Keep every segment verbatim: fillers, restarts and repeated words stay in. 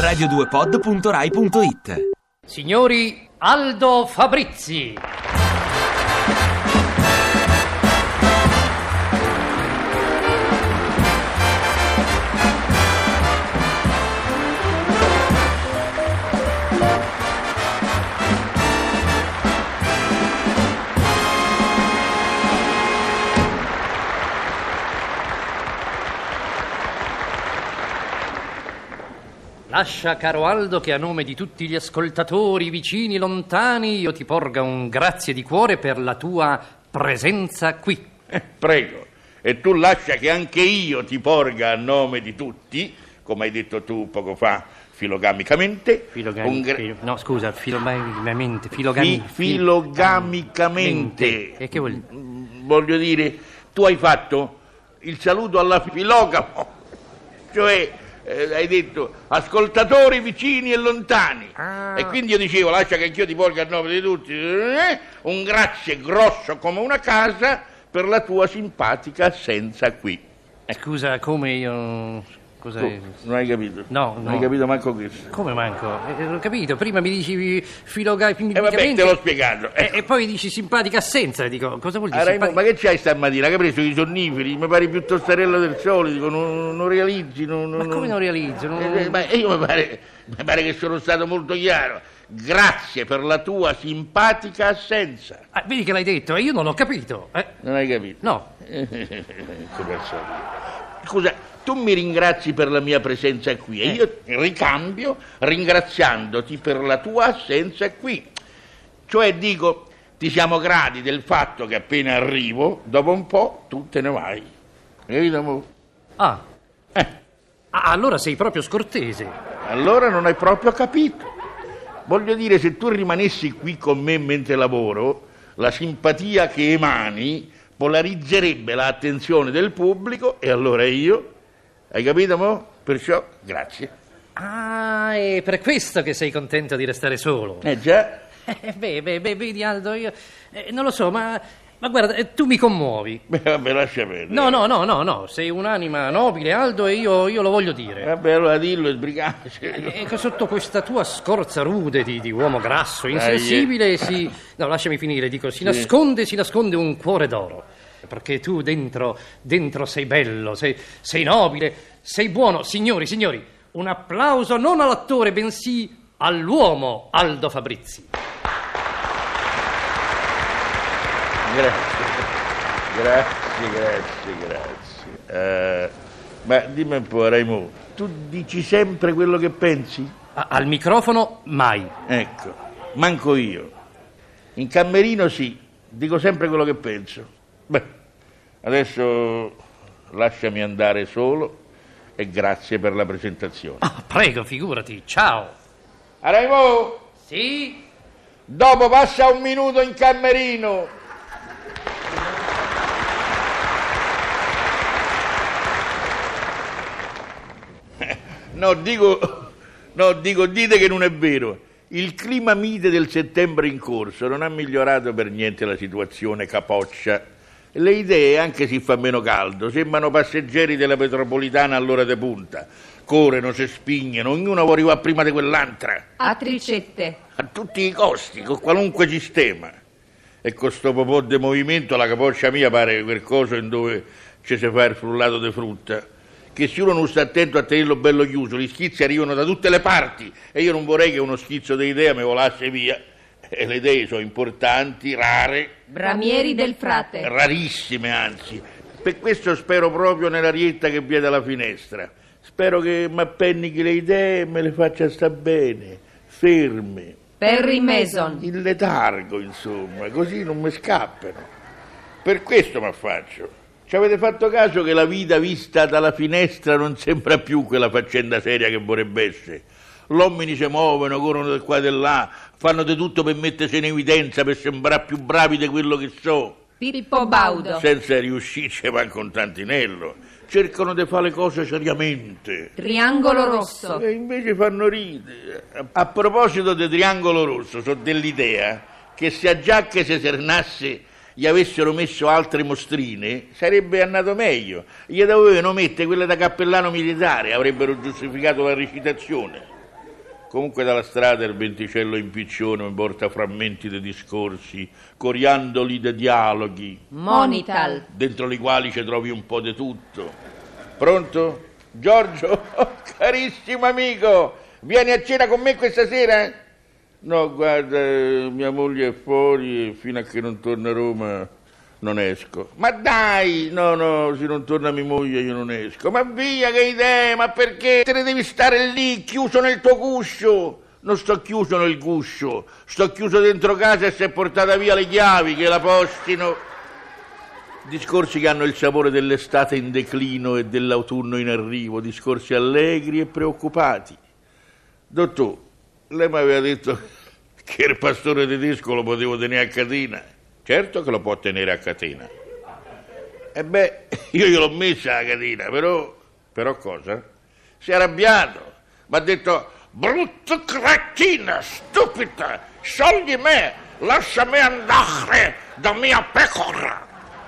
radio due pod punto rai punto it. Signori, Aldo Fabrizi. Lascia, caro Aldo, che a nome di tutti gli ascoltatori vicini e lontani io ti porga un grazie di cuore per la tua presenza qui. Eh, prego. E tu lascia che anche io ti porga a nome di tutti, come hai detto tu poco fa, filogamicamente. Filogami, gra- filo, no, scusa, filogamicamente. Filogami, Fi- filogamicamente. E che vuol dire? Voglio dire, tu hai fatto il saluto alla filogamo, cioè... Eh, hai detto ascoltatori vicini e lontani, ah. E quindi io dicevo lascia che anch'io ti porga a nome di tutti eh, un grazie grosso come una casa per la tua simpatica assenza qui. Eh, scusa, come io... Cosa Tu, non hai capito? No, non no. hai capito manco questo. Come manco? Eh, ho capito, prima mi dicevi filogami... E eh vabbè, te l'ho spiegato. E, e poi dici simpatica assenza, dico, cosa vuol dire? Ah, Raimo, simpati- ma che c'hai stamattina? Che hai preso i sonniferi? Mi pare più tostarello del solito, dico, non, non realizzi. Non, Ma come non realizzo? Non... Eh, ma io mi pare, mi pare che sono stato molto chiaro. Grazie per la tua simpatica assenza. Ah, vedi che l'hai detto e io non ho capito. Eh? Non hai capito? No. Scusa, tu mi ringrazi per la mia presenza qui e io ricambio ringraziandoti per la tua assenza qui. Cioè dico, ti siamo grati del fatto che appena arrivo, dopo un po' tu te ne vai. Hai capito, amore? Ah. Eh. Ah, allora sei proprio scortese. Allora non hai proprio capito. Voglio dire, se tu rimanessi qui con me mentre lavoro, la simpatia che emani polarizzerebbe l'attenzione del pubblico e allora io, hai capito mo? Perciò, grazie. Ah, è per questo che sei contento di restare solo. Eh già. Eh, beh, beh, beh, vedi Aldo, io eh, non lo so, ma, ma guarda, eh, tu mi commuovi. Beh, vabbè, lascia perdere. No, no, no, no, no, sei un'anima nobile, Aldo, e io, io lo voglio dire. Vabbè, allora dillo e sbrigaci. E che sotto questa tua scorza rude di, di uomo grasso, insensibile, si... No, lasciami finire, dico, si Sì. nasconde, si nasconde un cuore d'oro. Perché tu dentro, dentro sei bello, sei, sei nobile, sei buono. Signori, signori, un applauso non all'attore, bensì all'uomo Aldo Fabrizi. Grazie, grazie, grazie, grazie. Uh, ma dimmi un po', Raimo, tu dici sempre quello che pensi? A- al microfono mai. Ecco, manco io. In camerino sì, dico sempre quello che penso. Beh, adesso lasciami andare solo e grazie per la presentazione. Ah, prego, figurati, ciao. Ah, Raimo, Sì? dopo passa un minuto in camerino. No, dico, no, dico, dite che non è vero. Il clima mite del settembre in corso non ha migliorato per niente la situazione capoccia. Le idee, anche se fa meno caldo, sembrano passeggeri della metropolitana all'ora de punta. Corrono, si spignano, ognuno vuole arrivare prima di quell'altra. A tricette. A tutti i costi, con qualunque sistema. E con sto popò de movimento la capoccia mia pare quel coso in dove ci si fa il frullato di frutta. Che se uno non sta attento a tenerlo bello chiuso, gli schizzi arrivano da tutte le parti e io non vorrei che uno schizzo di idea mi volasse via. E le idee sono importanti, rare. Bramieri del frate. Rarissime, anzi. Per questo spero proprio nell'arietta che viene dalla finestra. Spero che mi appennichi le idee e me le faccia sta bene, ferme. Perry Mason. In letargo, insomma, così non mi scappano. Per questo mi affaccio. Ci avete fatto caso che la vita vista dalla finestra non sembra più quella faccenda seria che vorrebbe essere? Gli uomini si muovono, corrono da qua e da là, fanno di tutto per mettersi in evidenza, per sembrare più bravi di quello che so. Pippo Baudo. Senza riuscirci manco un tantinello. Cercano di fare le cose seriamente. Triangolo rosso. E invece fanno ridere. A proposito di triangolo rosso, so dell'idea che se a Giacche si sernasse gli avessero messo altre mostrine, sarebbe andato meglio. Gli dovevano mettere quelle da cappellano militare, avrebbero giustificato la recitazione. Comunque dalla strada il venticello impiccione mi porta frammenti di discorsi, coriandoli di dialoghi, Monital. dentro i quali ci trovi un po' di tutto. Pronto? Giorgio? Oh, carissimo amico, vieni a cena con me questa sera? No, guarda, mia moglie è fuori e fino a che non torna a Roma non esco. Ma dai, no, no, se non torna mia moglie io non esco. Ma via, che idee, ma perché te ne devi stare lì, chiuso nel tuo guscio? Non sto chiuso nel guscio, sto chiuso dentro casa e si è portata via le chiavi che la postino. Discorsi che hanno il sapore dell'estate in declino e dell'autunno in arrivo, discorsi allegri e preoccupati. Dottor, lei mi aveva detto che il pastore tedesco lo potevo tenere a catena. Certo che lo può tenere a catena. E beh, io gliel'ho messa a catena, però... Però cosa? Si è arrabbiato. Mi ha detto, brutta cretina, stupida, sciogli me, lasciami andare da mia pecora.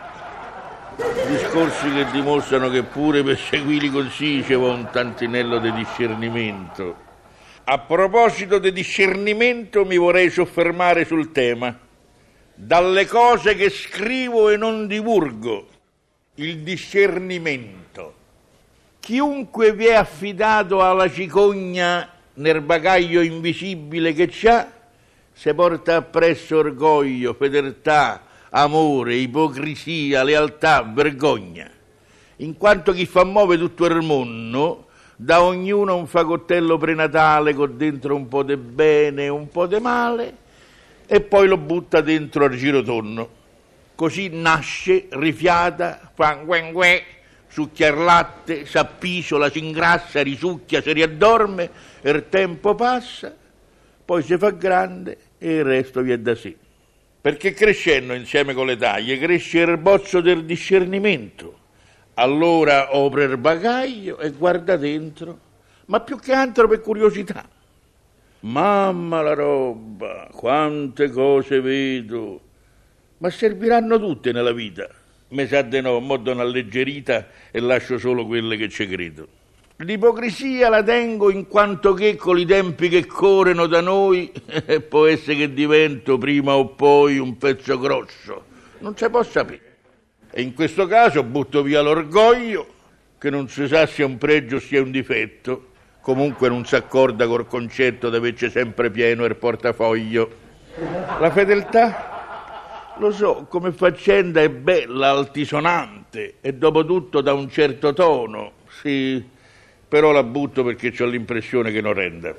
Discorsi che dimostrano che pure per seguire i consigli ci vuole un tantinello di discernimento. A proposito di discernimento mi vorrei soffermare sul tema. Dalle cose che scrivo e non divulgo, il discernimento. Chiunque vi è affidato alla cicogna nel bagaglio invisibile che c'ha, se porta appresso orgoglio, fedeltà, amore, ipocrisia, lealtà, vergogna. In quanto chi fa muove tutto il mondo, da ognuno un fagottello prenatale con dentro un po' di bene e un po' di male, e poi lo butta dentro al girotonno. Così nasce, rifiata, fa nguengue, succhia il latte, s'appisola, si ingrassa, risucchia, si riaddorme, e il tempo passa, poi si fa grande e il resto viene da sé. Perché crescendo insieme con le taglie cresce il bozzo del discernimento. Allora apre il bagaglio e guarda dentro, ma più che altro per curiosità. Mamma la roba, quante cose vedo, ma serviranno tutte nella vita? Mi sa di no, mo do una alleggerita e lascio solo quelle che ci credo. L'ipocrisia la tengo in quanto che con i tempi che corrono da noi può essere che divento prima o poi un pezzo grosso, non si può sapere. E in questo caso butto via l'orgoglio, che non si sa sia un pregio sia un difetto. Comunque non si accorda col concetto di averci sempre pieno il portafoglio. La fedeltà, lo so, come faccenda è bella, altisonante e dopo tutto da un certo tono, sì, però la butto perché ho l'impressione che non renda.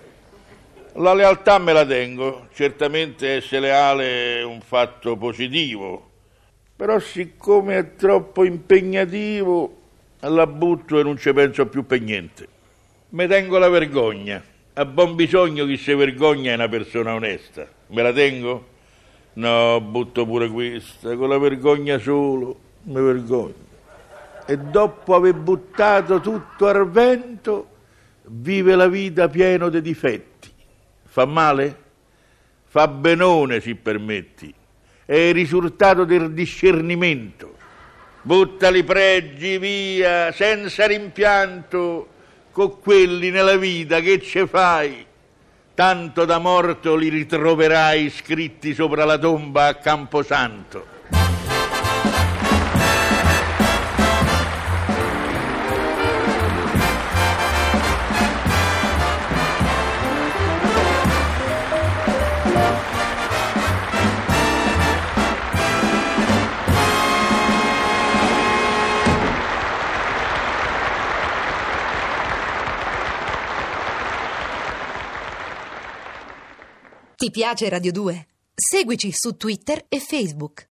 La lealtà me la tengo, certamente essere leale è un fatto positivo, però siccome è troppo impegnativo la butto e non ci penso più per niente. Me tengo la vergogna. A buon bisogno chi si vergogna è una persona onesta. Me la tengo? No, butto pure questa. Con la vergogna solo mi vergogno. E dopo aver buttato tutto al vento, vive la vita pieno di difetti. Fa male? Fa benone, se permetti. È il risultato del discernimento. Buttali pregi via, senza rimpianto. Con quelli nella vita che ce fai? Tanto da morto li ritroverai scritti sopra la tomba a Camposanto. Ti piace Radio due? Seguici su Twitter e Facebook.